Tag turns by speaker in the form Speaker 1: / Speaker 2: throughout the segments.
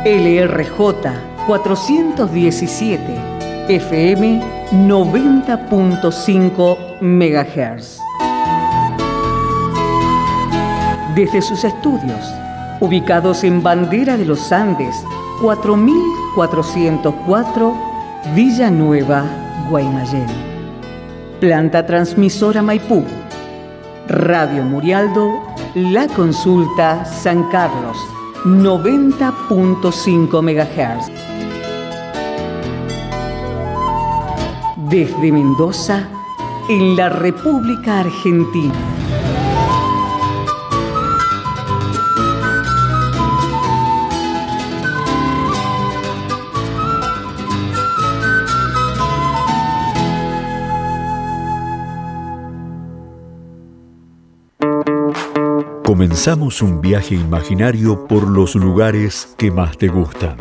Speaker 1: LRJ 417, FM 90.5 MHz. Desde sus estudios, ubicados en Bandera de los Andes, 4404, Villanueva, Guaymallén. Planta transmisora Maipú. Radio Murialdo, La Consulta, San Carlos, 90.5 MHz. Desde Mendoza, en la República Argentina.
Speaker 2: Comenzamos un viaje imaginario por los lugares que más te gustan.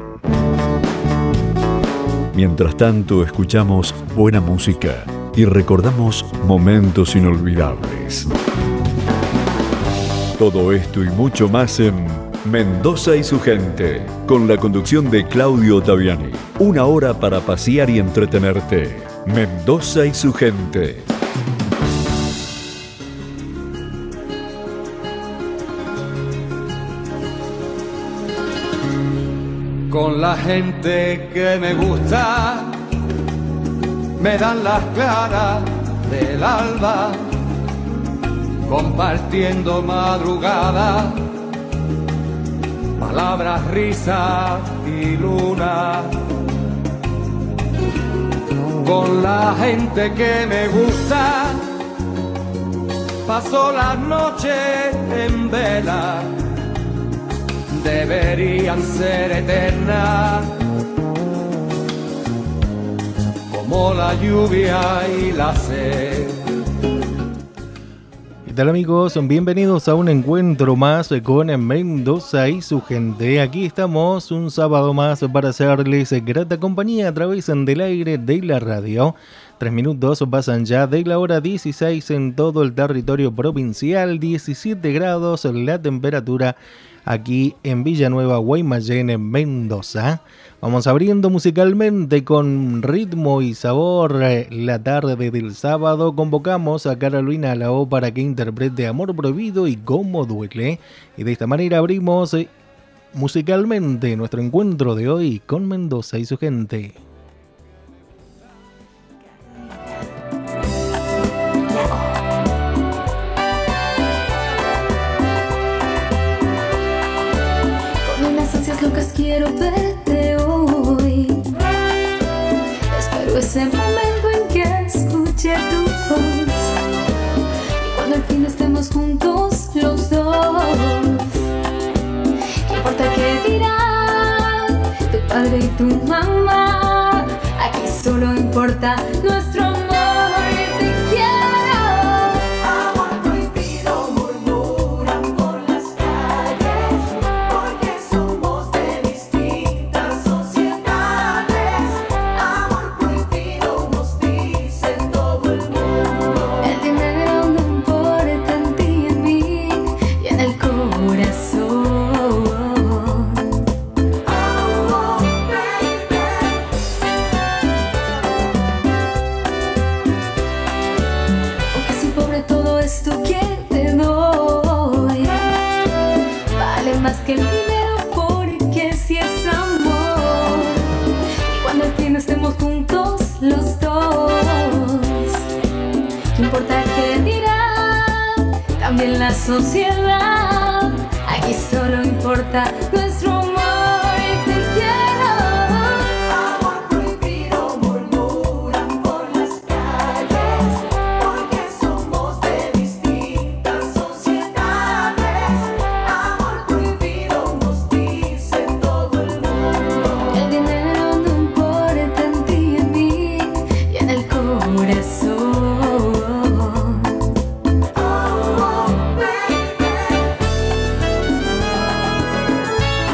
Speaker 2: Mientras tanto, escuchamos buena música y recordamos momentos inolvidables. Todo esto y mucho más en Mendoza y su gente, con la conducción de Claudio Ottaviani. Una hora para pasear y entretenerte. Mendoza y su gente.
Speaker 3: Con la gente que me gusta, me dan las claras del alba, compartiendo madrugada, palabras, risas y luna. Con la gente que me gusta, paso las noches en vela. Deberían ser eternas, como la lluvia y la sed.
Speaker 4: ¿Qué tal, amigos? Bienvenidos a un encuentro más con Mendoza y su gente. Aquí estamos un sábado más para hacerles grata compañía a través del aire de la radio. 3 minutos pasan ya de la hora 16 en todo el territorio provincial, 17 grados la temperatura aquí en Villanueva, Guaymallén, en Mendoza. Vamos abriendo musicalmente con ritmo y sabor la tarde del sábado. Convocamos a Carolina Lao para que interprete Amor Prohibido y Cómo Duele. Y de esta manera abrimos musicalmente nuestro encuentro de hoy con Mendoza y su gente.
Speaker 5: Locas quiero verte hoy. Espero ese momento en que escuche tu voz. Y cuando al fin estemos juntos los dos, ¿qué importa qué dirán tu padre y tu mamá? Aquí solo importa nuestro amor. Te quiero.
Speaker 6: Amor prohibido murmuran por las calles, porque somos de distintas sociedades. Amor prohibido nos dice todo el mundo.
Speaker 5: El dinero no importa en ti y en mí y en el corazón.
Speaker 6: Oh, baby.
Speaker 5: Aunque soy pobre, todo esto que te doy vale más que el dinero, porque si es amor. Y cuando al fin estemos juntos los dos, ¿qué importa qué dirá también la sociedad? Aquí solo importa nuestro amor. Te quiero.
Speaker 6: Amor prohibido murmuran por las calles, porque somos de distintas sociedades. Amor prohibido nos dice todo el mundo.
Speaker 5: El dinero no importa en ti y en mí y en el corazón.
Speaker 6: Oh, baby.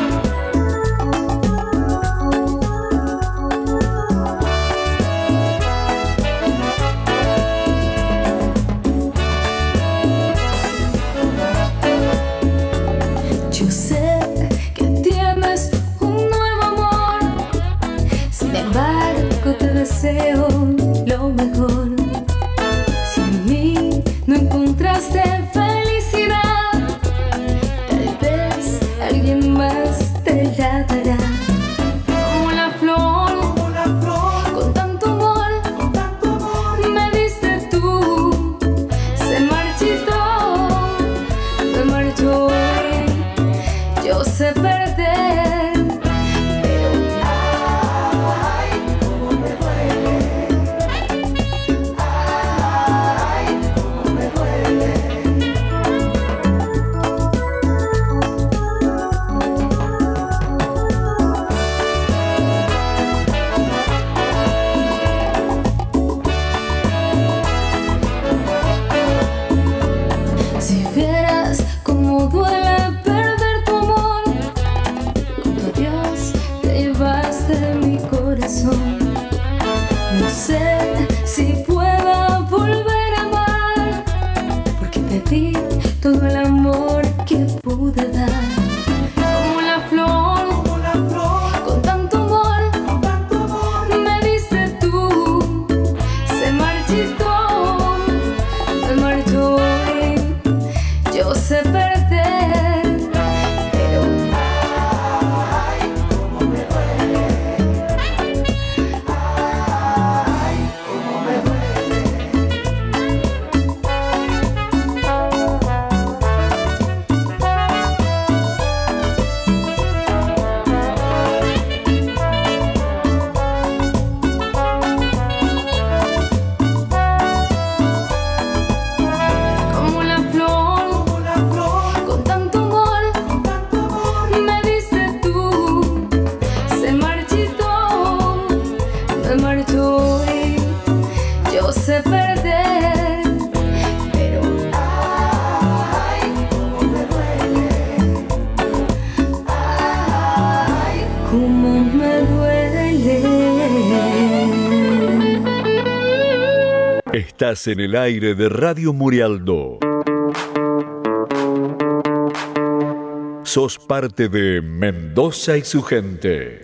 Speaker 5: perder, pero ay, cómo me duele, ay, cómo me duele. Si vieras cómo duele perder tu amor, con tu adiós te llevaste mi corazón. No sé si pueda volver a amar, porque te di todo el amor que pude dar. Como la flor, con tanto amor, me diste tú, se marchitó, me marchó hoy. Yo sé perder, pero ay, cómo me duele, ay, cómo me duele. Como la flor, con tanto amor, me diste tú, se marchitó, me marchó hoy. Yo sé perder, pero ay, cómo me duele, ay, cómo me duele.
Speaker 2: Estás en el aire de Radio Murialdo. Sos parte de Mendoza y su gente.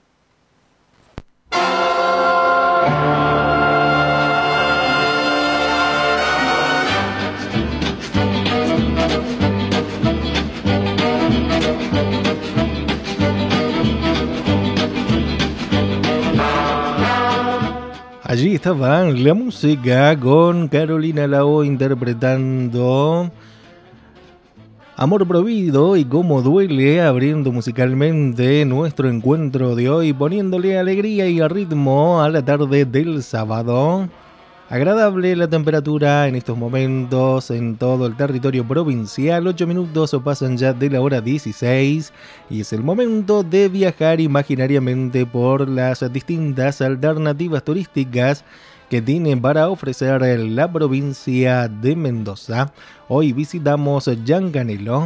Speaker 4: Allí estaba la música con Carolina Lao interpretando Amor Prohibido y Cómo Duele, abriendo musicalmente nuestro encuentro de hoy, poniéndole alegría y ritmo a la tarde del sábado. Agradable la temperatura en estos momentos en todo el territorio provincial. 8 minutos pasan ya de la hora 16 y es el momento de viajar imaginariamente por las distintas alternativas turísticas que tiene para ofrecer la provincia de Mendoza. Hoy visitamos Yanganelo.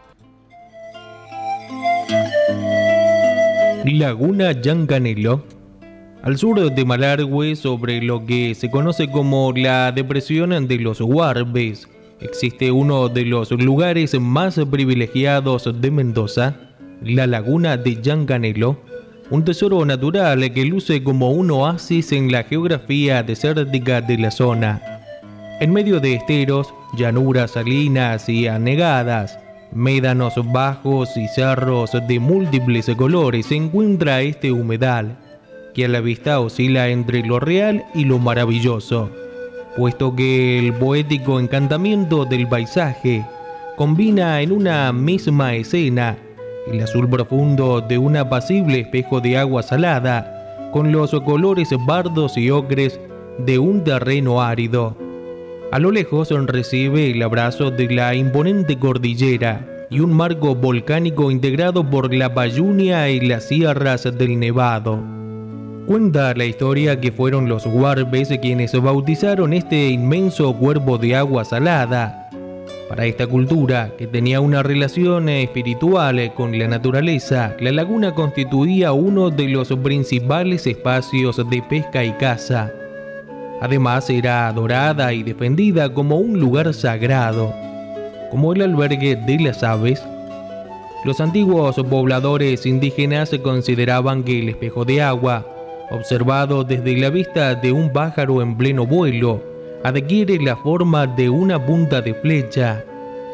Speaker 4: Laguna Yanganelo, al sur de Malargüe, sobre lo que se conoce como la depresión de los Huarbes, existe uno de los lugares más privilegiados de Mendoza, la Laguna de Yanganelo, un tesoro natural que luce como un oasis en la geografía desértica de la zona. En medio de esteros, llanuras salinas y anegadas, médanos bajos y cerros de múltiples colores, se encuentra este humedal, que a la vista oscila entre lo real y lo maravilloso, puesto que el poético encantamiento del paisaje combina en una misma escena el azul profundo de un apacible espejo de agua salada con los colores pardos y ocres de un terreno árido. A lo lejos recibe el abrazo de la imponente cordillera y un marco volcánico integrado por la Payunia y las sierras del Nevado. Cuenta la historia que fueron los Huarbes quienes bautizaron este inmenso cuerpo de agua salada. Para esta cultura, que tenía una relación espiritual con la naturaleza, la laguna constituía uno de los principales espacios de pesca y caza. Además, era adorada y defendida como un lugar sagrado, como el albergue de las aves. Los antiguos pobladores indígenas consideraban que el espejo de agua, observado desde la vista de un pájaro en pleno vuelo, adquiere la forma de una punta de flecha,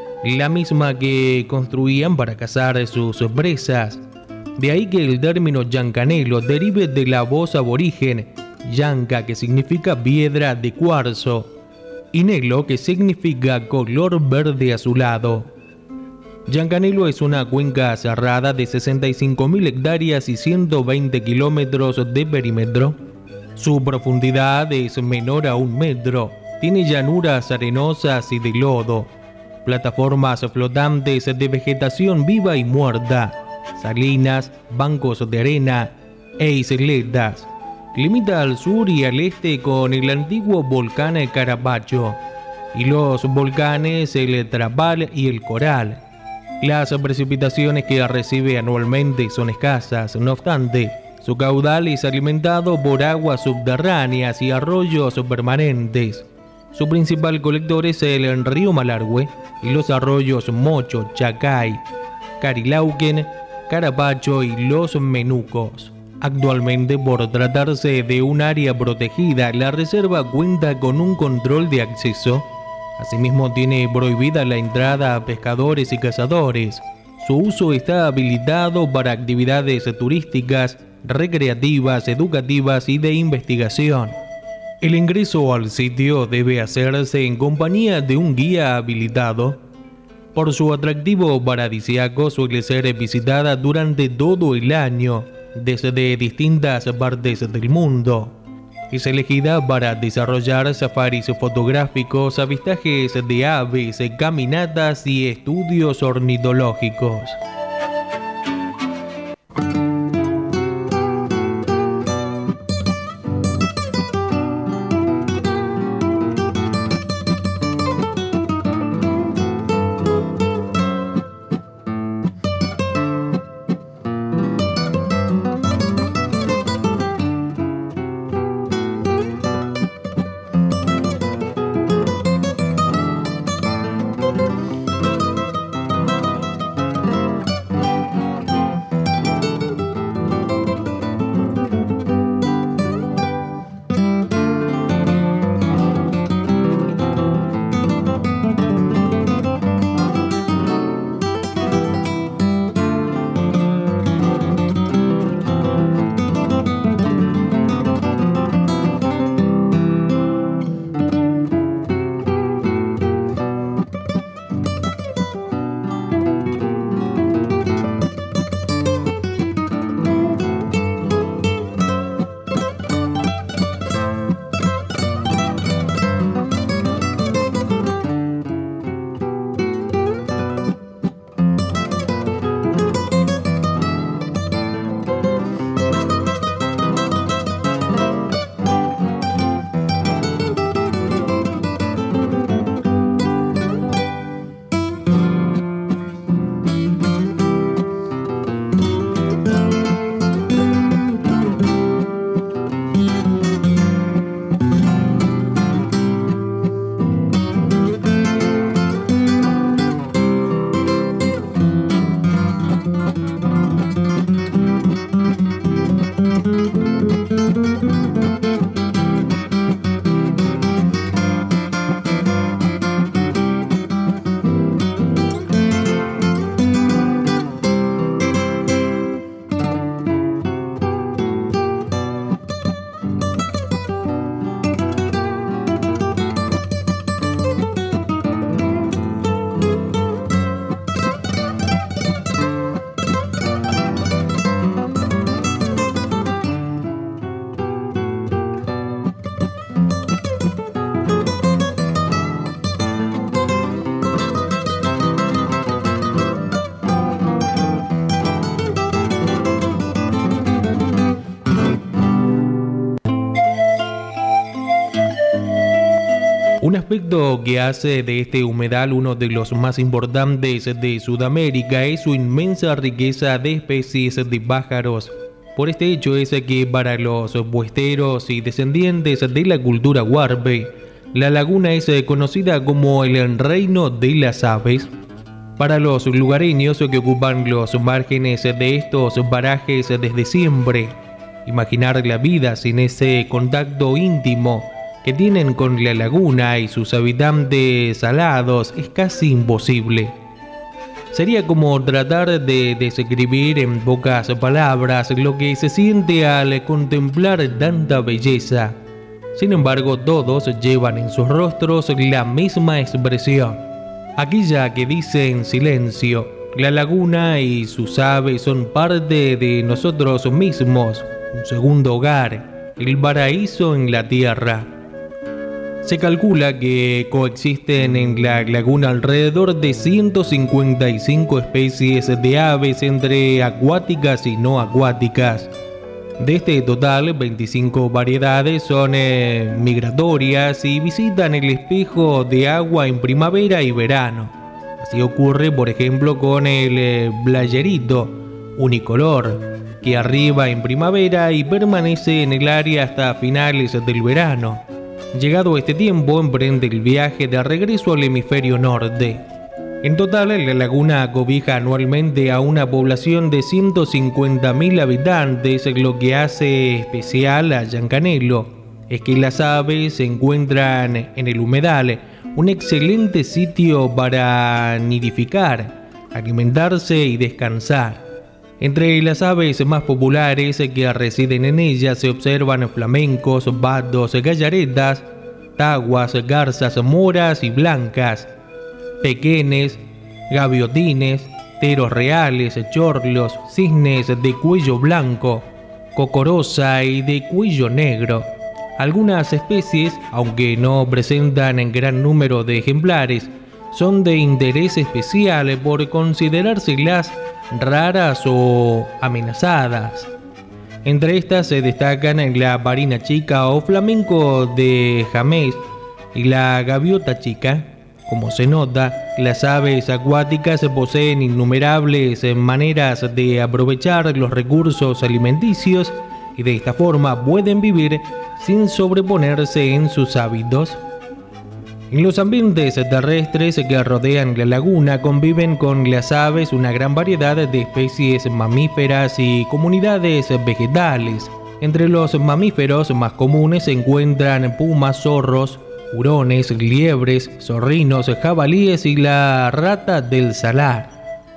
Speaker 4: la misma que construían para cazar sus presas. De ahí que el término yanganelo derive de la voz aborigen yanca, que significa piedra de cuarzo, y nelo, que significa color verde azulado. Llancanelo es una cuenca cerrada de 65.000 hectáreas y 120 kilómetros de perímetro. Su profundidad es menor a 1 metro. Tiene llanuras arenosas y de lodo, plataformas flotantes de vegetación viva y muerta, salinas, bancos de arena e isletas. Limita al sur y al este con el antiguo volcán Carapacho y los volcanes el Trapal y el Coral. Las precipitaciones que recibe anualmente son escasas, no obstante, su caudal es alimentado por aguas subterráneas y arroyos permanentes. Su principal colector es el río Malargüe y los arroyos Mocho, Chacay, Carilauquen, Carapacho y Los Menucos. Actualmente, por tratarse de un área protegida, la reserva cuenta con un control de acceso. Asimismo, tiene prohibida la entrada a pescadores y cazadores. Su uso está habilitado para actividades turísticas, recreativas, educativas y de investigación. El ingreso al sitio debe hacerse en compañía de un guía habilitado. Por su atractivo paradisíaco suele ser visitada durante todo el año, desde distintas partes del mundo. Es elegida para desarrollar safaris fotográficos, avistajes de aves, caminatas y estudios ornitológicos. Un aspecto que hace de este humedal uno de los más importantes de Sudamérica es su inmensa riqueza de especies de pájaros. Por este hecho es que para los puesteros y descendientes de la cultura huarpe, la laguna es conocida como el reino de las aves. Para los lugareños que ocupan los márgenes de estos parajes desde siempre, imaginar la vida sin ese contacto íntimo que tienen con la laguna y sus habitantes alados es casi imposible. Sería como tratar de describir en pocas palabras lo que se siente al contemplar tanta belleza. Sin embargo, todos llevan en sus rostros la misma expresión, aquella que dice en silencio: La laguna y sus aves son parte de nosotros mismos, un segundo hogar, el paraíso en la tierra. Se calcula que coexisten en la laguna alrededor de 155 especies de aves entre acuáticas y no acuáticas. De este total, 25 variedades son migratorias y visitan el espejo de agua en primavera y verano. Así ocurre, por ejemplo, con el blayerito unicolor, que arriba en primavera y permanece en el área hasta finales del verano. Llegado este tiempo, emprende el viaje de regreso al hemisferio norte. En total, la laguna cobija anualmente a una población de 150.000 habitantes. Lo que hace especial a Llancanelo es que las aves se encuentran en el humedal, un excelente sitio para nidificar, alimentarse y descansar. Entre las aves más populares que residen en ella se observan flamencos, patos, gallaretas, taguas, garzas moras y blancas, pequenes, gaviotines, teros reales, chorlos, cisnes de cuello blanco, cocorosa y de cuello negro. Algunas especies, aunque no presentan en gran número de ejemplares, son de interés especial por considerárselas raras o amenazadas. Entre estas se destacan la varina chica o flamenco de Jamés y la gaviota chica. Como se nota, las aves acuáticas poseen innumerables maneras de aprovechar los recursos alimenticios y de esta forma pueden vivir sin sobreponerse en sus hábitos. En los ambientes terrestres que rodean la laguna conviven con las aves una gran variedad de especies mamíferas y comunidades vegetales. Entre los mamíferos más comunes se encuentran pumas, zorros, hurones, liebres, zorrinos, jabalíes y la rata del salar.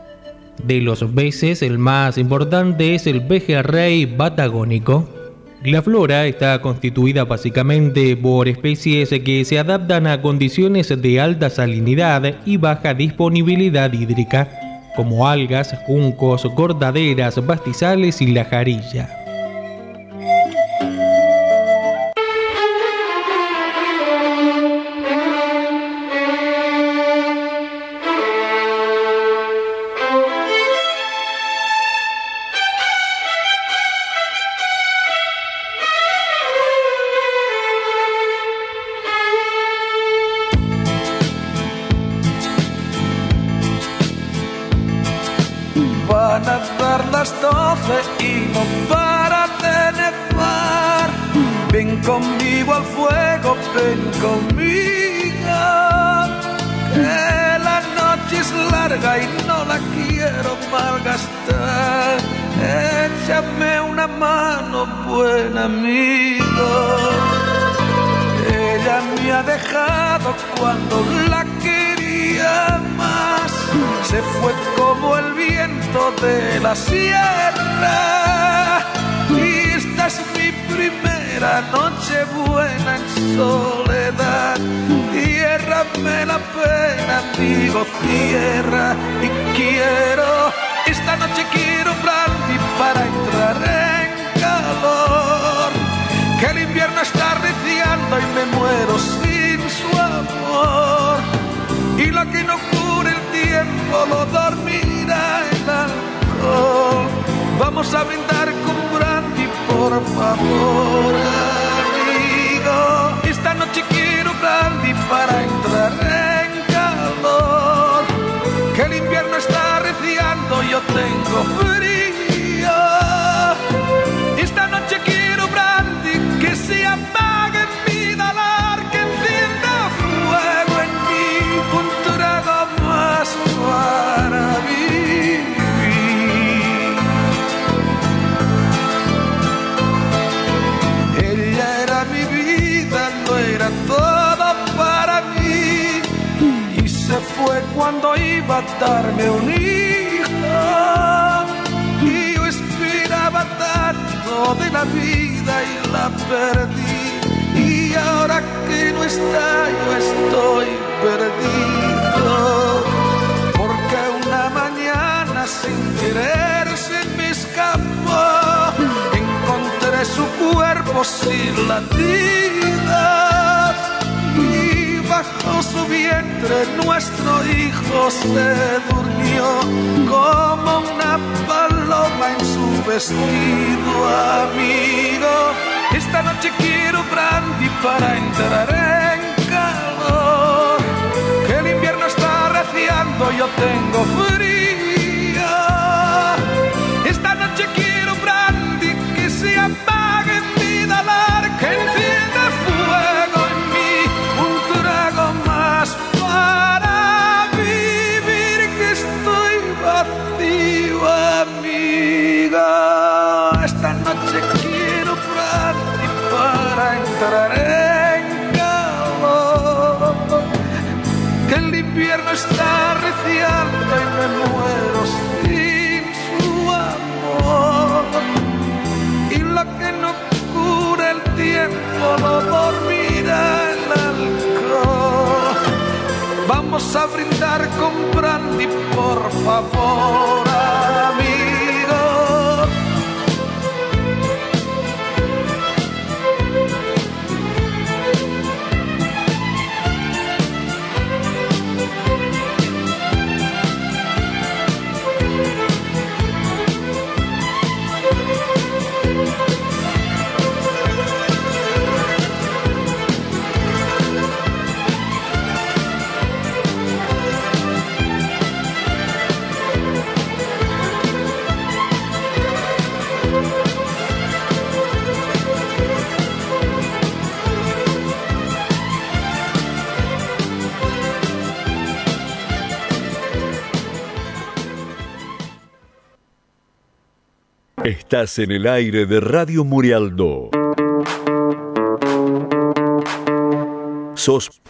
Speaker 4: De los peces, el más importante es el pejerrey patagónico. La flora está constituida básicamente por especies que se adaptan a condiciones de alta salinidad y baja disponibilidad hídrica, como algas, juncos, cordaderas, pastizales y la jarilla.
Speaker 3: Van a dar las 12 y no para de nevar. Ven conmigo al fuego, ven conmigo, que la noche es larga y no la quiero malgastar. Échame una mano, buen amigo. Ella me ha dejado cuando la quería más. Se fue como el viento de la sierra. Y esta es mi primera noche buena en soledad. Ciérrame la pena, amigo, cierra. Y esta noche quiero brandy para entrar en calor. Que el invierno está arreciando y me muero sin su amor. Y lo que no cure el tiempo lo dormirá el alcohol. Vamos a brindar con brandy, por favor, amigo. Esta noche quiero brandy para entrar en calor. Que el invierno está arreciando, yo tengo frío. Esta noche quiero brandy, que se apague mi dolor, que encienda fuego en mí, un trago más para vivir. Ella era mi vida, no era todo para mí, y se fue cuando iba a darme un hijo. Y yo esperaba tanto de la vida y la perdí. Y ahora que no está, yo estoy perdido. Porque una mañana sin querer se me escapó. Encontré su cuerpo sin latidas y bajo su vientre nuestro hijo se durmió como una paloma en su vestido, amigo. Esta noche quiero brandy para entrar en calor, que el invierno está arreciando, yo tengo frío. Esta noche quiero brandy, que se apague mi dolor, que encienda fuego en mí, un trago más para vivir, que estoy vacío, amiga. Esta noche quiero brandy para entrar en calor, que el invierno está arreciando y me muero sin su amor. Y lo que no cura el tiempo lo dormirá el alcohol. Vamos a brindar con brandy, por favor, amigo.
Speaker 2: Estás en el aire de Radio Murialdo. Sos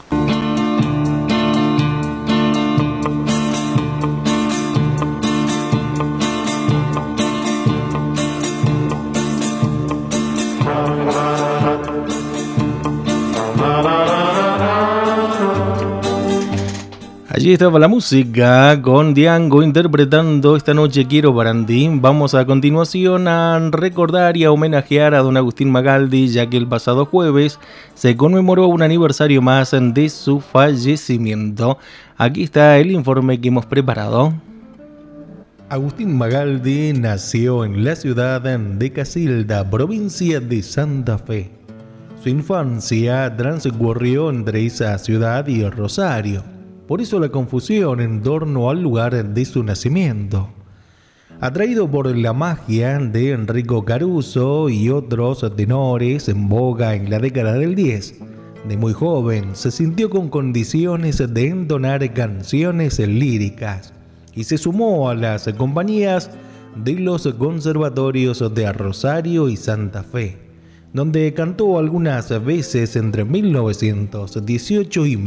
Speaker 4: Allí estaba la música con Diango interpretando Esta noche quiero brandy. Vamos a continuación a recordar y a homenajear a don Agustín Magaldi, ya que el pasado jueves se conmemoró un aniversario más de su fallecimiento. Aquí está el informe que hemos preparado. Agustín Magaldi nació en la ciudad de Casilda, provincia de Santa Fe. Su infancia transcurrió entre esa ciudad y Rosario. Por eso la confusión en torno al lugar de su nacimiento. Atraído por la magia de Enrico Caruso y otros tenores en boga en la década del 10, de muy joven se sintió con condiciones de entonar canciones líricas y se sumó a las compañías de los conservatorios de Rosario y Santa Fe, donde cantó algunas veces entre 1918 y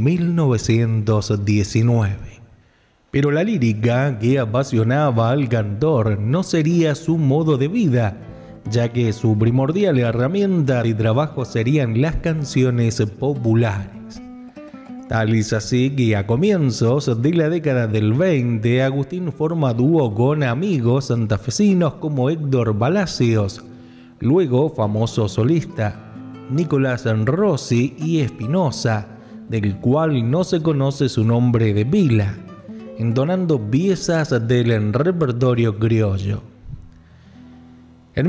Speaker 4: 1919. Pero la lírica que apasionaba al cantor no sería su modo de vida, ya que su primordial herramienta de trabajo serían las canciones populares. Tal es así que a comienzos de la década del 20, Agustín forma dúo con amigos santafesinos como Héctor Palacios, luego famoso solista, Nicolás Rossi y Espinosa, del cual no se conoce su nombre de pila, entonando piezas del repertorio criollo. En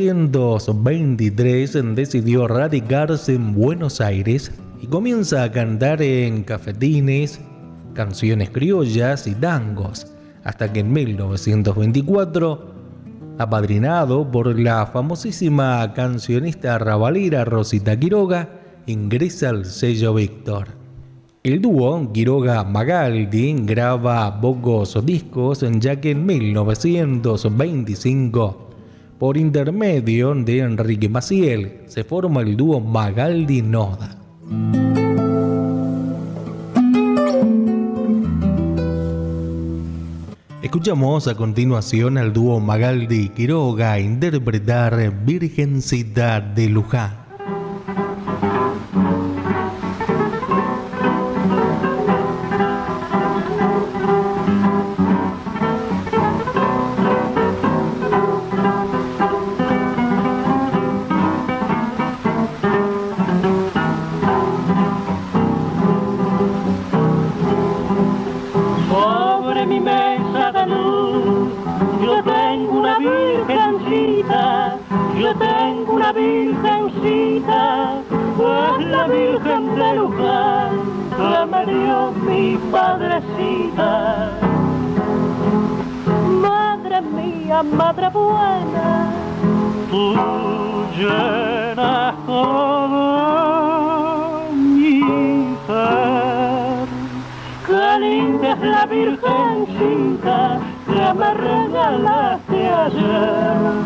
Speaker 4: 1923 decidió radicarse en Buenos Aires y comienza a cantar en cafetines, canciones criollas y tangos, hasta que en 1924, apadrinado por la famosísima cancionista rabalera Rosita Quiroga, ingresa al sello Víctor. El dúo Quiroga-Magaldi graba pocos discos, ya que en 1925, por intermedio de Enrique Maciel, se forma el dúo Magaldi-Noda. Escuchamos a continuación al dúo Magaldi Quiroga interpretar Virgencita de Luján.
Speaker 7: Virgencita, es la Virgen de Luján, que me dio mi madrecita. Madre mía, madre buena, tú llenas todo mi ser. Qué linda es la Virgencita que me regalaste ayer.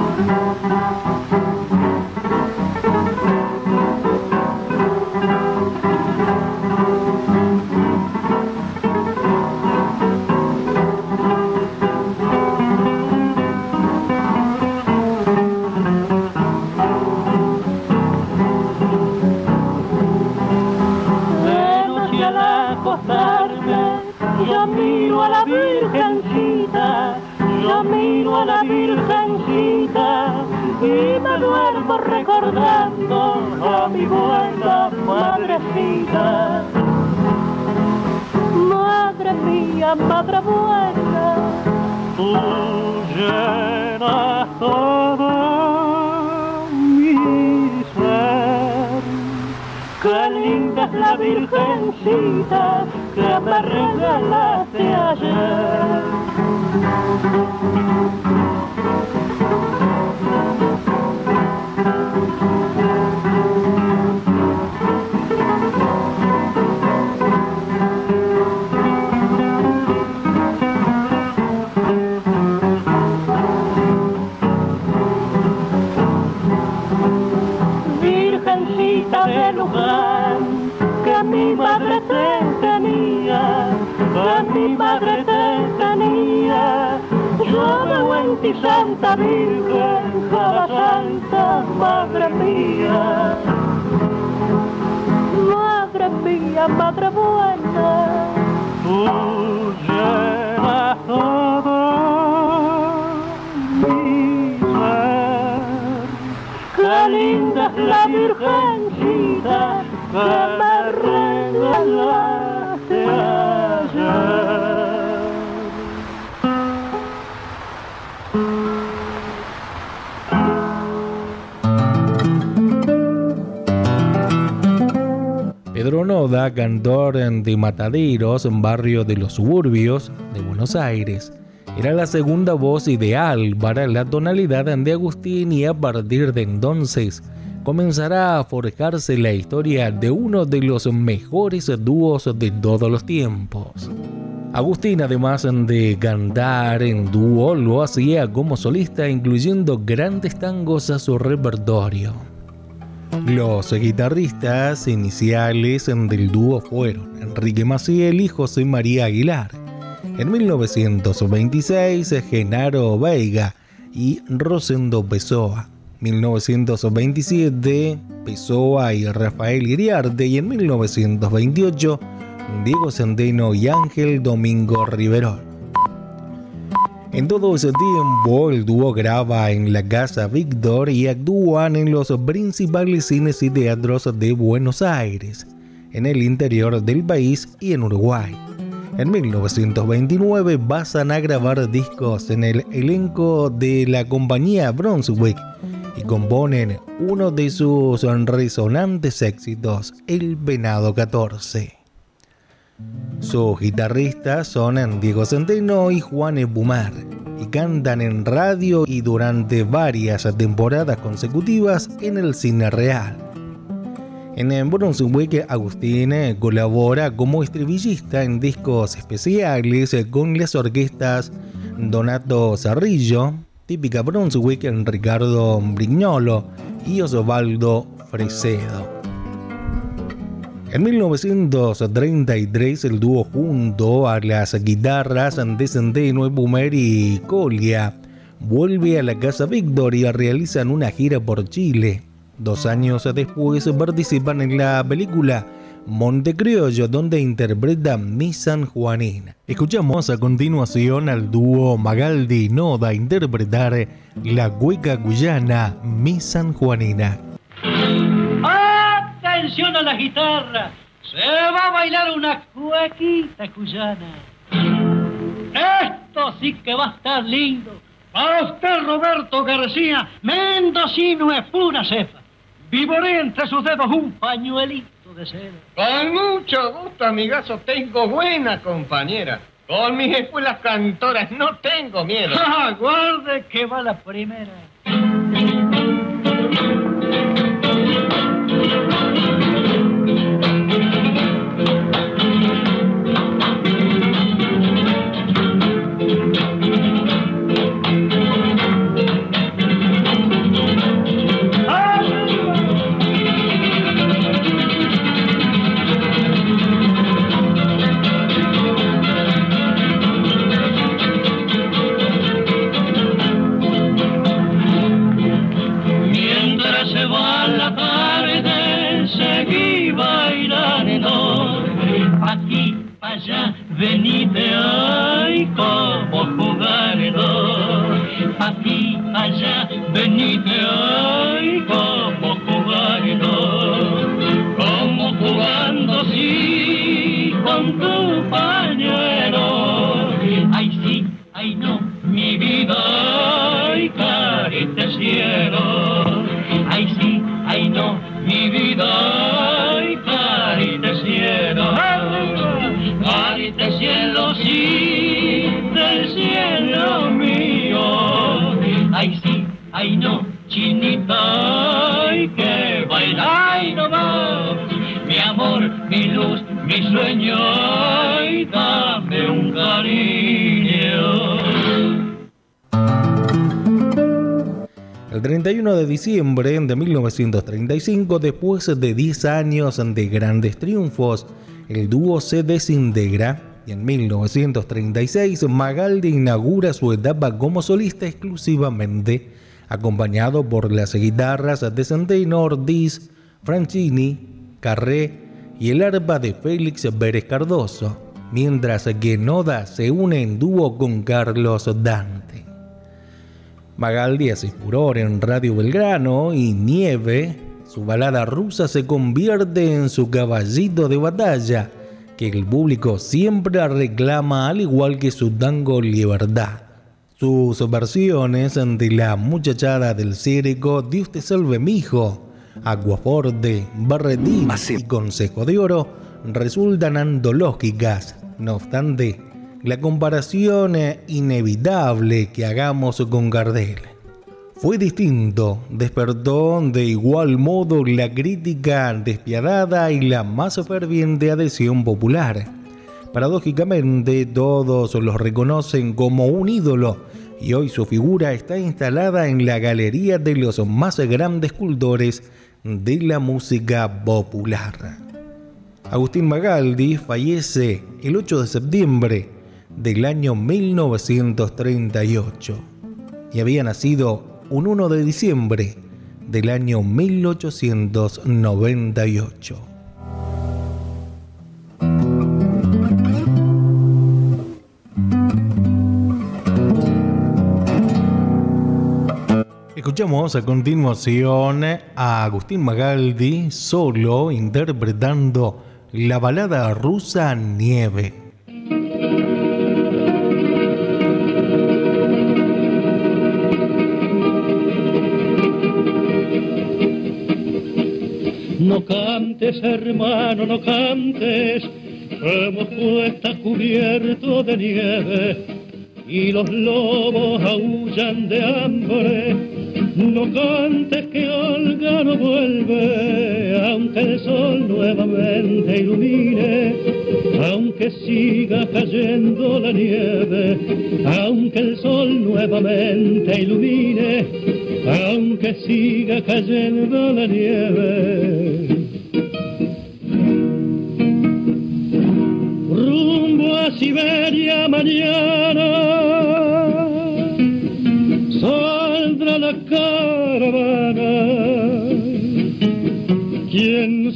Speaker 7: Yo miro a la Virgencita, yo miro a la Virgencita y me duermo recordando a mi buena madrecita. Madre mía, madre buena, tú llenas todo mi ser. Qué linda es la Virgencita que me regalaste ayer. Virgencita de Luján, que mi madre te tenía, que mi madre te tenía. Yo veo en ti, Santa Virgen, cada santa, madre mía. Madre mía, madre buena, tú llenas todo mi ser. Qué linda es la Virgencita que me regalaste ayer.
Speaker 4: Pedro Noda, cantor de Mataderos, en barrio de los suburbios de Buenos Aires, era la segunda voz ideal para la tonalidad de Agustín y a partir de entonces comenzará a forjarse la historia de uno de los mejores dúos de todos los tiempos. Agustín, además de cantar en dúo, lo hacía como solista, incluyendo grandes tangos a su repertorio. Los guitarristas iniciales del dúo fueron Enrique Maciel y José María Aguilar. En 1926, Genaro Veiga y Rosendo Pessoa. 1927, Pessoa y Rafael Iriarte. Y en 1928, Diego Centeno y Ángel Domingo Riverol. En todo ese tiempo, el dúo graba en la Casa Víctor y actúan en los principales cines y teatros de Buenos Aires, en el interior del país y en Uruguay. En 1929 pasan a grabar discos en el elenco de la compañía Brunswick y componen uno de sus resonantes éxitos, El Venado 14. Sus guitarristas son Diego Centeno y Juan Espumar y cantan en radio y durante varias temporadas consecutivas en el cine real. En Brunswick, Agustín colabora como estribillista en discos especiales con las orquestas Donato Cerrillo, Típica Brunswick, Ricardo Brignolo y Osvaldo Fresedo. En 1933, el dúo junto a las guitarras de Centeno, Espumar y Colia vuelve a la Casa Víctor y realizan una gira por Chile. 2 años después participan en la película Montecriollo, donde interpretan Mi Sanjuanina. Escuchamos a continuación al dúo Magaldi y Noda interpretar la cueca cuyana Mi Sanjuanina.
Speaker 7: ¡Atención a la guitarra! Se va a bailar una cuequita cuyana. Esto sí que va a estar lindo. Para usted, Roberto García, mendocino es pura cepa. vivoré entre sus dedos un pañuelito de seda.
Speaker 8: Con mucho gusto, amigazo, tengo buena compañera. Con mis espuelas cantoras no tengo miedo.
Speaker 7: ¡Ah, guarde que va la primera! Venite ay como jugador, aquí, allá, venite ay como jugador, como jugando sí con tu pañuelo, ay sí, ay no, mi vida, ay carita cielo, ay sí, ay no, mi vida, ay carita cielo. Carita cielo, sí, del cielo mío. Ay sí, ay no, chinita, ay que baila, ay no más. Mi amor, mi luz, mi sueño, ay dame un cariño.
Speaker 4: El 31 de diciembre de 1935, después de 10 años de grandes triunfos, el dúo se desintegra y en 1936 Magaldi inaugura su etapa como solista exclusivamente, acompañado por las guitarras de Centeno, Ortiz, Franchini, Carré y el arpa de Félix Pérez Cardoso, mientras que Noda se une en dúo con Carlos Dante. Magaldi hace furor en Radio Belgrano y Nieve, su balada rusa, se convierte en su caballito de batalla, que el público siempre reclama, al igual que su tango Libertad. Sus versiones de La muchachada del Cérico, Dios te salve mijo, Aguaforte, Barretín y Consejo de Oro resultan antológicas. No obstante, la comparación inevitable que hagamos con Gardel fue distinto, despertó de igual modo la crítica despiadada y la más ferviente adhesión popular. Paradójicamente, todos los reconocen como un ídolo y hoy su figura está instalada en la galería de los más grandes cultores de la música popular. Agustín Magaldi fallece el 8 de septiembre del año 1938 y había nacido un 1 de diciembre del año 1898. Escuchamos a continuación a Agustín Magaldi solo interpretando la balada rusa Nieve.
Speaker 7: No cantes, hermano, no cantes, hemos puesto cubierto de nieve y los lobos aullan de hambre. No cantes que Olga no vuelve, aunque el sol nuevamente ilumine, aunque siga cayendo la nieve, aunque el sol nuevamente ilumine, aunque siga cayendo la nieve. Rumbo a Siberia mañana saldrá la caravana. ¿Quién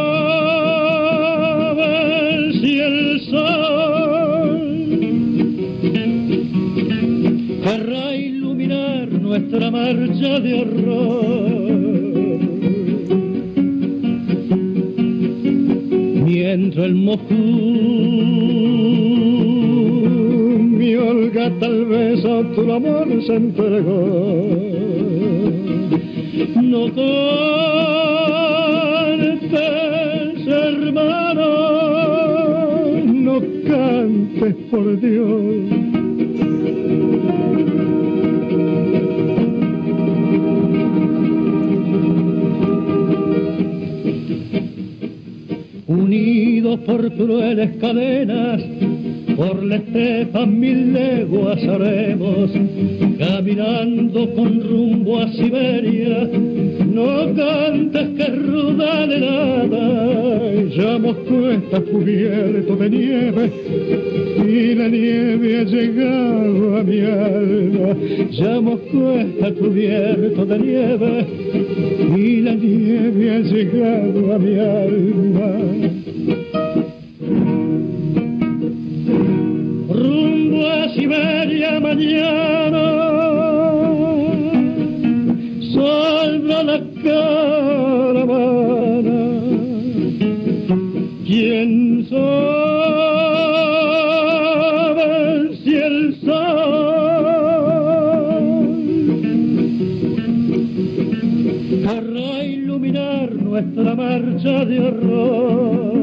Speaker 7: sabe si el sol querrá iluminar nuestra marcha de horror? Mientras el mojún, mi Olga tal vez a tu amor se entregó. No es por Dios. Unidos por crueles cadenas, por la estepa 1000 leguas haremos, caminando con rumbo a Siberia. No cantes que es ruda de nada, ya Moscú está cubierto de nieve y la nieve ha llegado a mi alma. Ya Moscú está cubierto de nieve y la nieve ha llegado a mi alma. Rumbo a Siberia mañana, saldrá la caravana. ¿Quién sabe si el sol querrá iluminar nuestra marcha de horror?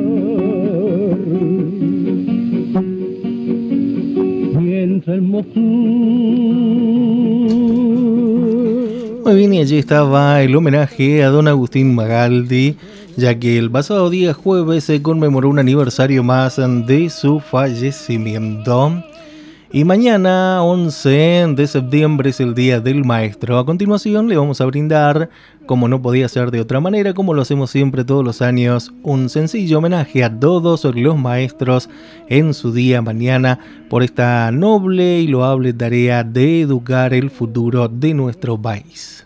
Speaker 7: Mientras el Moscú.
Speaker 4: Muy bien, y allí estaba el homenaje a don Agustín Magaldi, ya que el pasado día jueves se conmemoró un aniversario más de su fallecimiento. Y mañana, 11 de septiembre, es el Día del Maestro. A continuación le vamos a brindar, como no podía ser de otra manera, como lo hacemos siempre todos los años, un sencillo homenaje a todos los maestros en su día mañana por esta noble y loable tarea de educar el futuro de nuestro país.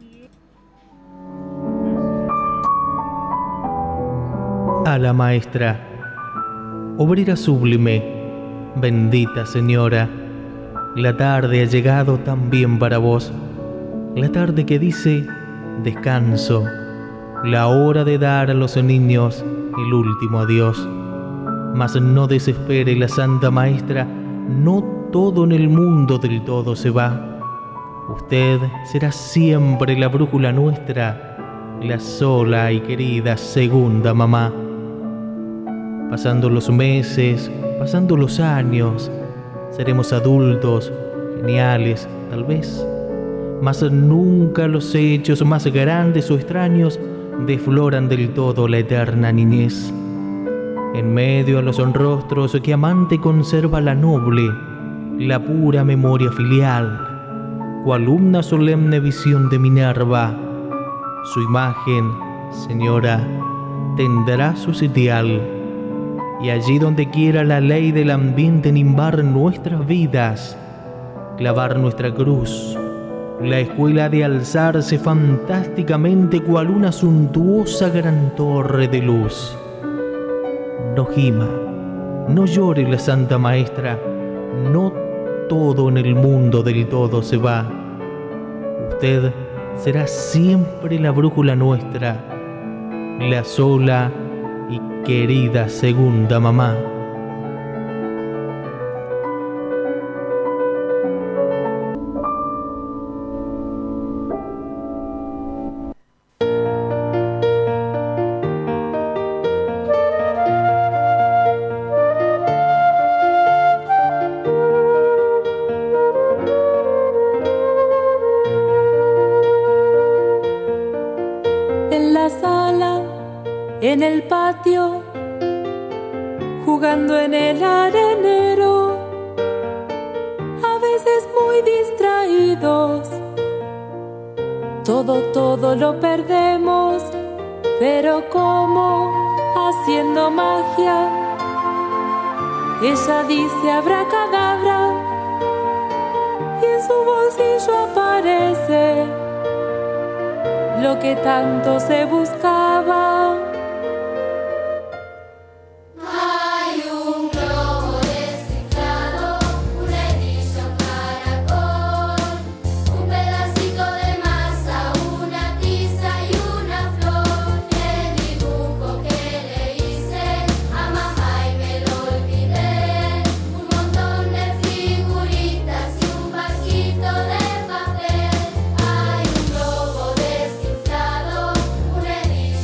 Speaker 4: A la maestra, obrera sublime, bendita señora, la tarde ha llegado también para vos, la tarde que dice descanso, la hora de dar a los niños el último adiós. Mas no desespere la santa maestra, no todo en el mundo del todo se va. Usted será siempre la brújula nuestra, la sola y querida segunda mamá. Pasando los meses, pasando los años, seremos adultos, geniales, tal vez, mas nunca los hechos más grandes o extraños desfloran del todo la eterna niñez. En medio a los rostros que amante conserva la noble, la pura memoria filial, cual una solemne visión de Minerva, su imagen, señora, tendrá su sitial. Y allí donde quiera la ley del ambiente nimbar nuestras vidas, clavar nuestra cruz, la escuela de alzarse fantásticamente cual una suntuosa gran torre de luz. No gima, no llore la santa maestra, no todo en el mundo del todo se va. Usted será siempre la brújula nuestra, la sola y querida segunda mamá.
Speaker 5: En la sala, en el patio, jugando en el arenero, a veces muy distraídos. Todo lo perdemos, pero como haciendo magia, ella dice abracadabra y en su bolsillo aparece lo que tanto se buscaba.
Speaker 6: Hay un globo desinflado, un anillo caracol, un pedacito de masa, una tiza y una flor. El dibujo que le hice a mamá y me lo olvidé. Un montón de figuritas y un barquito de papel. Hay un globo desinflado, un anillo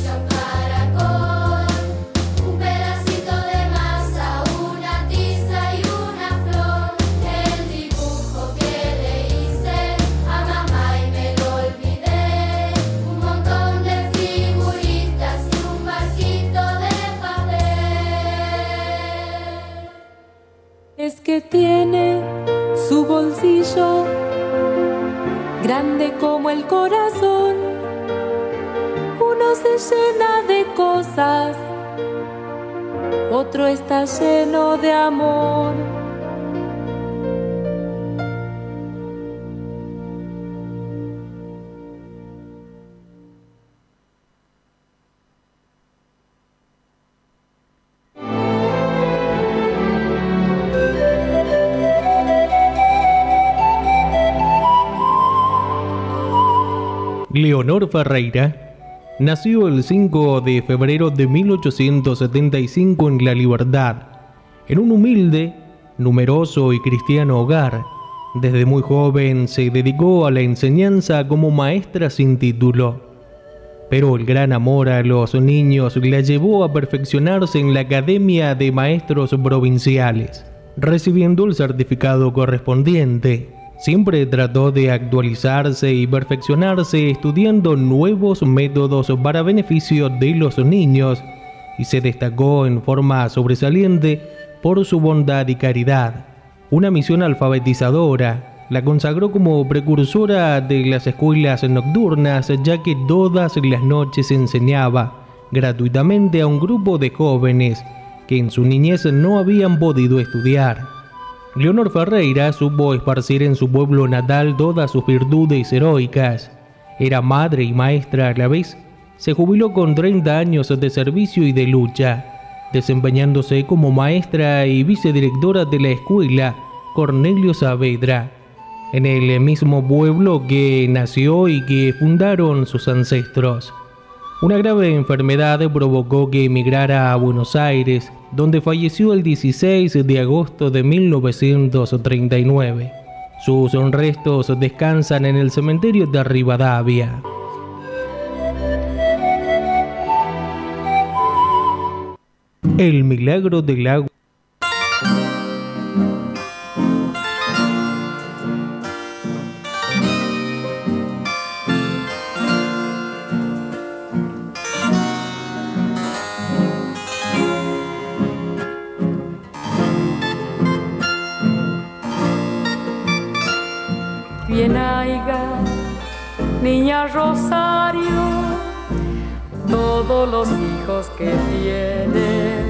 Speaker 5: que tiene su bolsillo grande como el corazón. Uno se llena de cosas, otro está lleno de amor.
Speaker 4: Leonor Ferreira nació el 5 de febrero de 1875 en La Libertad, en un humilde, numeroso y cristiano hogar. Desde muy joven se dedicó a la enseñanza como maestra sin título, pero el gran amor a los niños la llevó a perfeccionarse en la Academia de Maestros Provinciales, recibiendo el certificado correspondiente. Siempre trató de actualizarse y perfeccionarse estudiando nuevos métodos para beneficio de los niños y se destacó en forma sobresaliente por su bondad y caridad. Una misión alfabetizadora la consagró como precursora de las escuelas nocturnas, ya que todas las noches enseñaba gratuitamente a un grupo de jóvenes que en su niñez no habían podido estudiar. Leonor Ferreira supo esparcir en su pueblo natal todas sus virtudes heroicas. Era madre y maestra a la vez. Se jubiló con 30 años de servicio y de lucha, desempeñándose como maestra y vicedirectora de la escuela Cornelio Saavedra, en el mismo pueblo que nació y que fundaron sus ancestros. Una grave enfermedad provocó que emigrara a Buenos Aires, donde falleció el 16 de agosto de 1939. Sus restos descansan en el cementerio de Rivadavia. El milagro del agua.
Speaker 5: Bien haiga, niña Rosario, todos los hijos que tienes,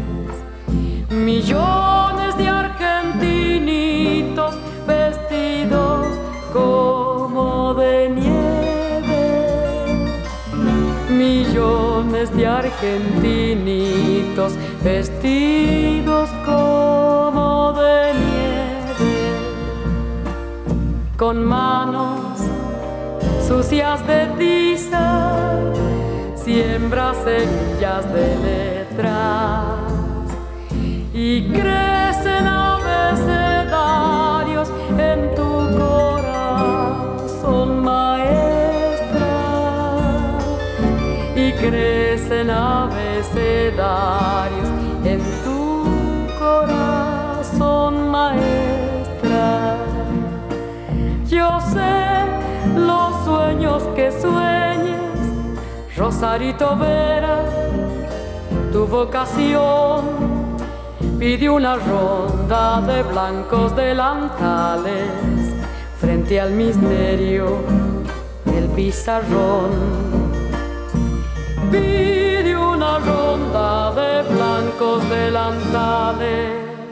Speaker 5: millones de argentinitos vestidos como de nieve, millones de argentinitos vestidos como de nieve. Con manos sucias de tiza, siembra semillas de letras y crecen abecedarios en tu corazón, maestra, y crecen abecedarios en tu corazón, maestra. Yo sé los sueños que sueñes, Rosarito Vera, tu vocación pide una ronda de blancos delantales frente al misterio del pizarrón. Pide una ronda de blancos delantales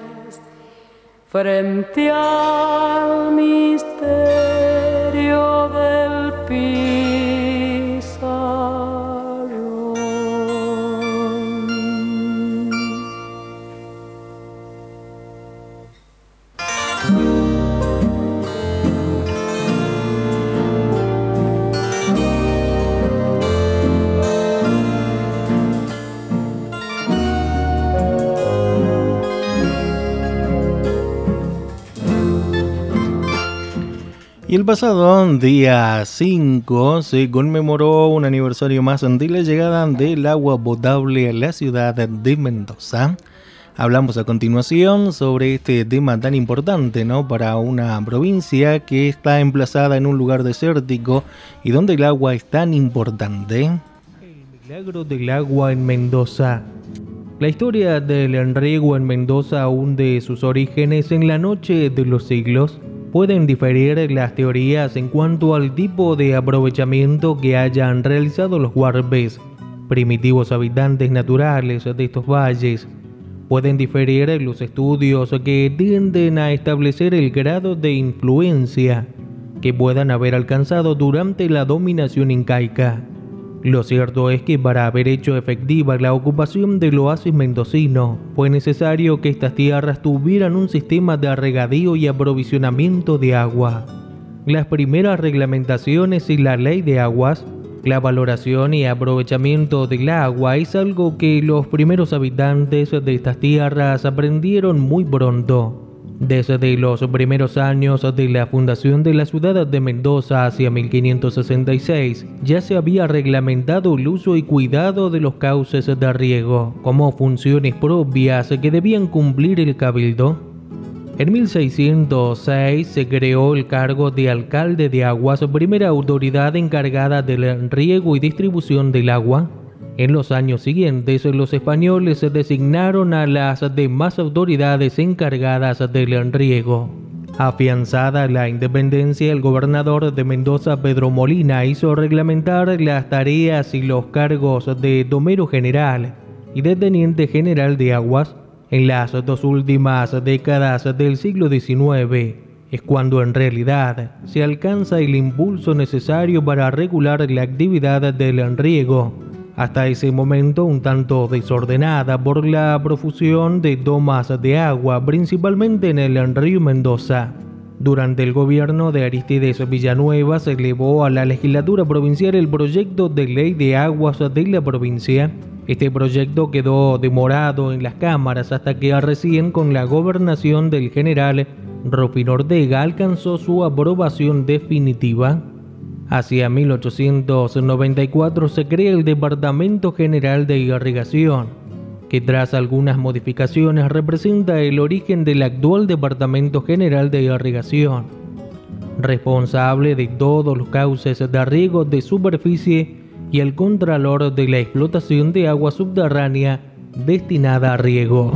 Speaker 5: frente al misterio del pizarrón.
Speaker 4: Y el pasado día 5 se conmemoró un aniversario más de la llegada del agua potable a la ciudad de Mendoza. Hablamos a continuación sobre este tema tan importante, ¿no?, para una provincia que está emplazada en un lugar desértico y donde el agua es tan importante. El milagro del agua en Mendoza. La historia del riego en Mendoza hunde sus orígenes en la noche de los siglos. Pueden diferir las teorías en cuanto al tipo de aprovechamiento que hayan realizado los huarpes, primitivos habitantes naturales de estos valles. Pueden diferir los estudios que tienden a establecer el grado de influencia que puedan haber alcanzado durante la dominación incaica. Lo cierto es que para haber hecho efectiva la ocupación del oasis mendocino, fue necesario que estas tierras tuvieran un sistema de regadío y aprovisionamiento de agua. Las primeras reglamentaciones y la ley de aguas, la valoración y aprovechamiento del agua es algo que los primeros habitantes de estas tierras aprendieron muy pronto. Desde los primeros años de la fundación de la ciudad de Mendoza hacia 1566, ya se había reglamentado el uso y cuidado de los cauces de riego como funciones propias que debían cumplir el cabildo. En 1606 se creó el cargo de alcalde de aguas, primera autoridad encargada del riego y distribución del agua. En los años siguientes, los españoles designaron a las demás autoridades encargadas del riego. Afianzada la independencia, el gobernador de Mendoza, Pedro Molina, hizo reglamentar las tareas y los cargos de domero general y de teniente general de aguas. En las dos últimas décadas del siglo XIX es cuando en realidad se alcanza el impulso necesario para regular la actividad del riego, hasta ese momento un tanto desordenada por la profusión de tomas de agua, principalmente en el río Mendoza. Durante el gobierno de Aristides Villanueva se elevó a la legislatura provincial el proyecto de ley de aguas de la provincia. Este proyecto quedó demorado en las cámaras hasta que recién con la gobernación del general Rufino Ortega alcanzó su aprobación definitiva. Hacia 1894 se crea el Departamento General de Irrigación, que tras algunas modificaciones representa el origen del actual Departamento General de Irrigación, responsable de todos los cauces de riego de superficie y el contralor de la explotación de agua subterránea destinada a riego.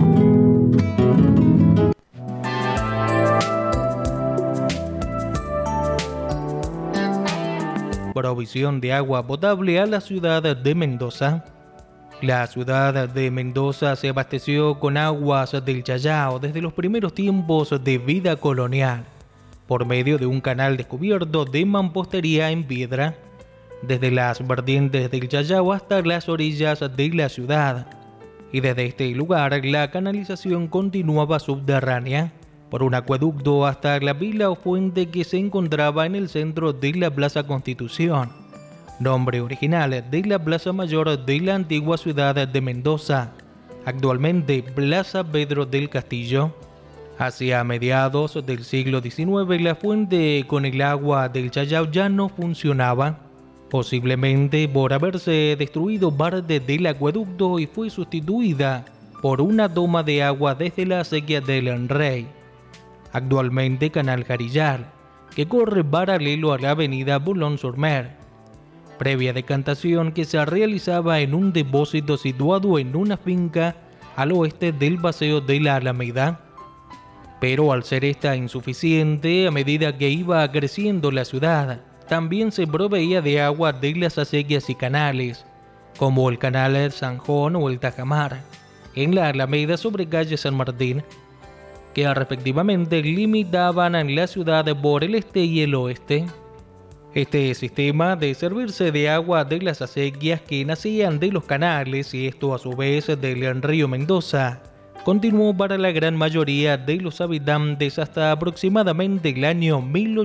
Speaker 4: Provisión de agua potable a la ciudad de Mendoza. La ciudad de Mendoza se abasteció con aguas del Chayao desde los primeros tiempos de vida colonial, por medio de un canal descubierto de mampostería en piedra, desde las vertientes del Chayao hasta las orillas de la ciudad, y desde este lugar la canalización continuaba subterránea por un acueducto hasta la pila o fuente que se encontraba en el centro de la Plaza Constitución, nombre original de la Plaza Mayor de la antigua ciudad de Mendoza, actualmente Plaza Pedro del Castillo. Hacia mediados del siglo XIX la fuente con el agua del Chayao ya no funcionaba, posiblemente por haberse destruido parte del acueducto y fue sustituida por una toma de agua desde la acequia del Rey, actualmente Canal Jarillar, que corre paralelo a la avenida Boulogne-sur-Mer, previa decantación que se realizaba en un depósito situado en una finca al oeste del Paseo de la Alameda. Pero al ser esta insuficiente, a medida que iba creciendo la ciudad, también se proveía de agua de las acequias y canales, como el Canal San Juan o el Tajamar, en la Alameda sobre calle San Martín, que respectivamente limitaban a la ciudad por el este y el oeste. Este sistema de servirse de agua de las acequias que nacían de los canales y esto a su vez del río Mendoza, continuó para la gran mayoría de los habitantes hasta aproximadamente el año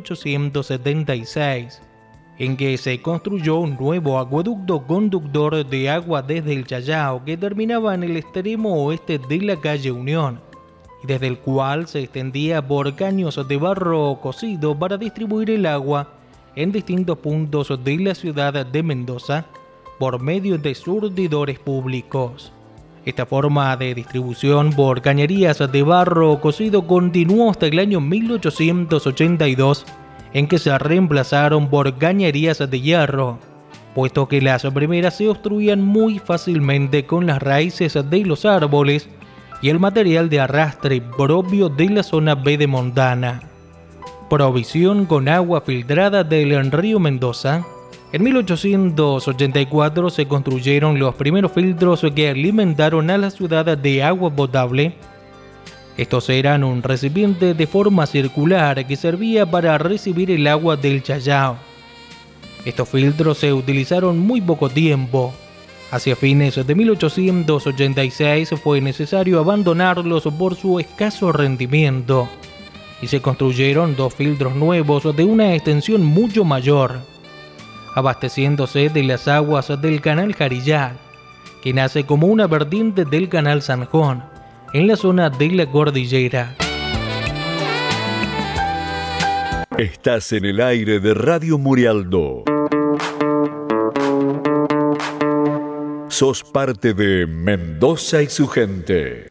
Speaker 4: 1876, en que se construyó un nuevo acueducto conductor de agua desde el Chayao que terminaba en el extremo oeste de la calle Unión, y desde el cual se extendía por caños de barro cocido para distribuir el agua en distintos puntos de la ciudad de Mendoza por medio de surtidores públicos. Esta forma de distribución por cañerías de barro cocido continuó hasta el año 1882, en que se reemplazaron por cañerías de hierro, puesto que las primeras se obstruían muy fácilmente con las raíces de los árboles y el material de arrastre propio de la zona pedemontana. Provisión con agua filtrada del río Mendoza. En 1884 se construyeron los primeros filtros que alimentaron a la ciudad de agua potable. Estos eran un recipiente de forma circular que servía para recibir el agua del Chayao. Estos filtros se utilizaron muy poco tiempo. Hacia fines de 1886 fue necesario abandonarlos por su escaso rendimiento y se construyeron 2 filtros nuevos de una extensión mucho mayor, abasteciéndose de las aguas del canal Jarillal, que nace como una vertiente del canal San Juan, en la zona de la cordillera.
Speaker 2: Estás en el aire de Radio Murialdo. Sos parte de Mendoza y su gente.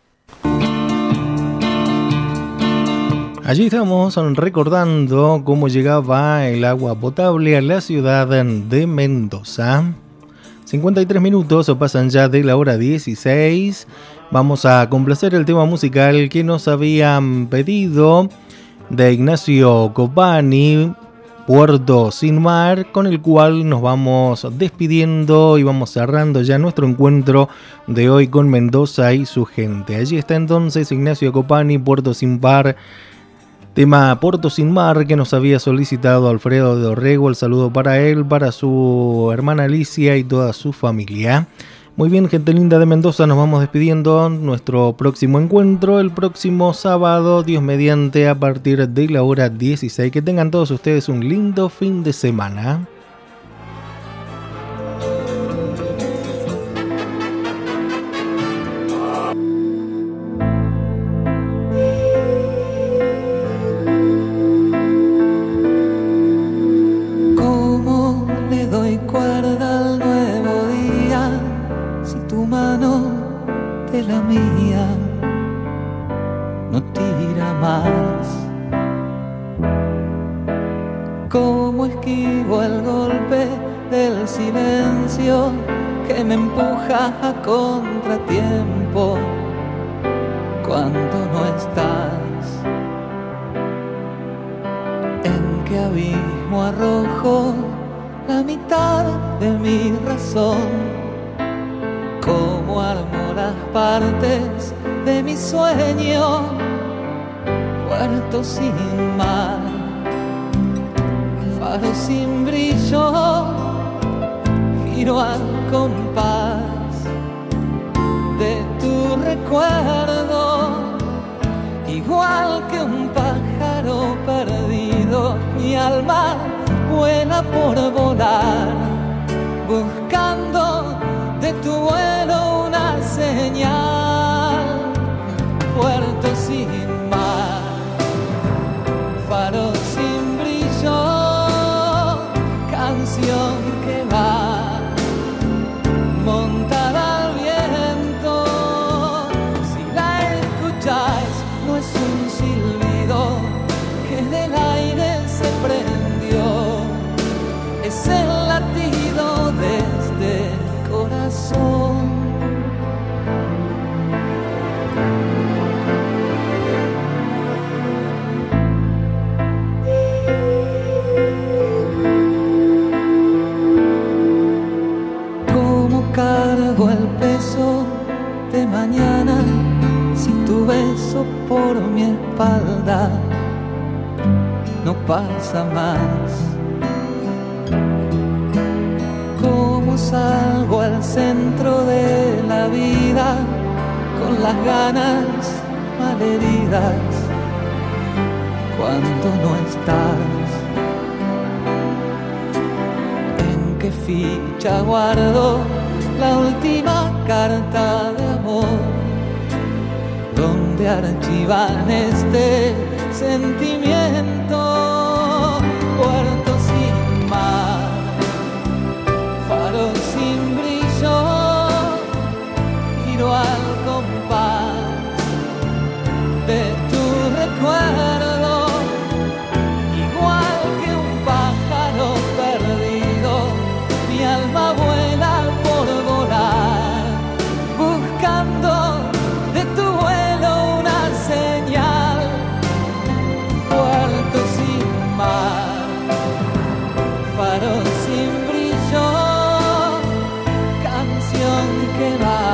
Speaker 4: Allí estamos recordando cómo llegaba el agua potable a la ciudad de Mendoza. 53 minutos pasan ya de la hora 16. Vamos a complacer el tema musical que nos habían pedido de Ignacio Copani, Puerto Sin Mar, con el cual nos vamos despidiendo y vamos cerrando ya nuestro encuentro de hoy con Mendoza y su gente. Allí está entonces Ignacio Copani, Puerto Sin Mar, tema Puerto Sin Mar que nos había solicitado Alfredo de Orrego. El saludo para él, para su hermana Alicia y toda su familia. Muy bien, gente linda de Mendoza, nos vamos despidiendo. Nuestro próximo encuentro el próximo sábado, Dios mediante, a partir de la hora 16. Que tengan todos ustedes un lindo fin de semana.
Speaker 3: ¿Cómo le doy cuerda al nuevo día si tu mano de la mía no tira más? ¿Cómo esquivo el golpe del silencio que me empuja a contratiempo cuando no estás? ¿En qué abismo arrojo la mitad de mi razón? ¿Cómo armo las partes de mi sueño? Puerto sin mar, faro sin brillo, giro al compás de tu recuerdo. Igual que un pájaro perdido, mi alma vuela por volar, buscando de tu vuelo una señal. Puerto sin mar, faro sin brillo, canción que va montada al viento. Si la escucháis, no es un silbido que en el aire se prendió, es el latido de este corazón. ¿Cómo cargo el peso de mañana si tu beso por mi espalda no pasa más? ¿Cómo salgo al centro de la vida con las ganas malheridas cuando no estás? ¿En qué ficha guardo la última carta de amor donde archivan este sentimiento? Puerto sin mar, faro sin brillo, giro al compás de tu recuerdo. Igual que un pájaro perdido, mi
Speaker 9: alma vuela por volar, buscando de tu vuelo una señal. Puerto sin mar, faro sin brillo, canción que va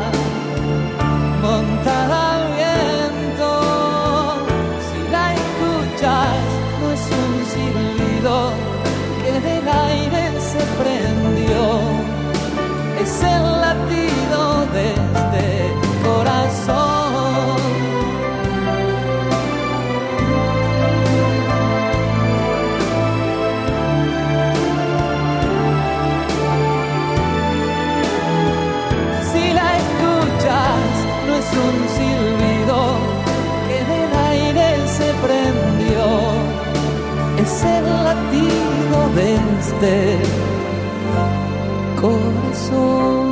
Speaker 9: montada al viento. Si la escuchas, no es un silbido que del aire se prendió, es el latido de este corazón. Si la escuchas, no es un silbido que del aire se prendió, es el latido de este corazón.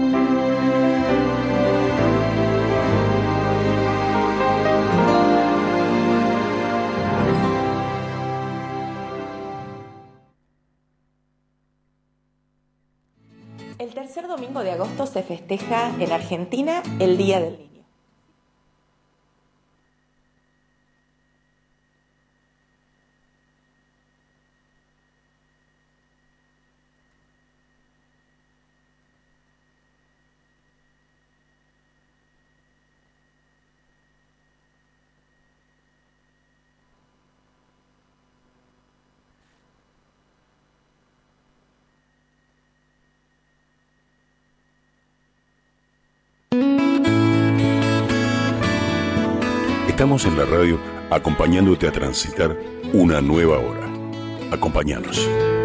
Speaker 10: El tercer domingo de agosto se festeja en Argentina el Día del Niño.
Speaker 11: Estamos en la radio acompañándote a transitar una nueva hora. Acompáñanos.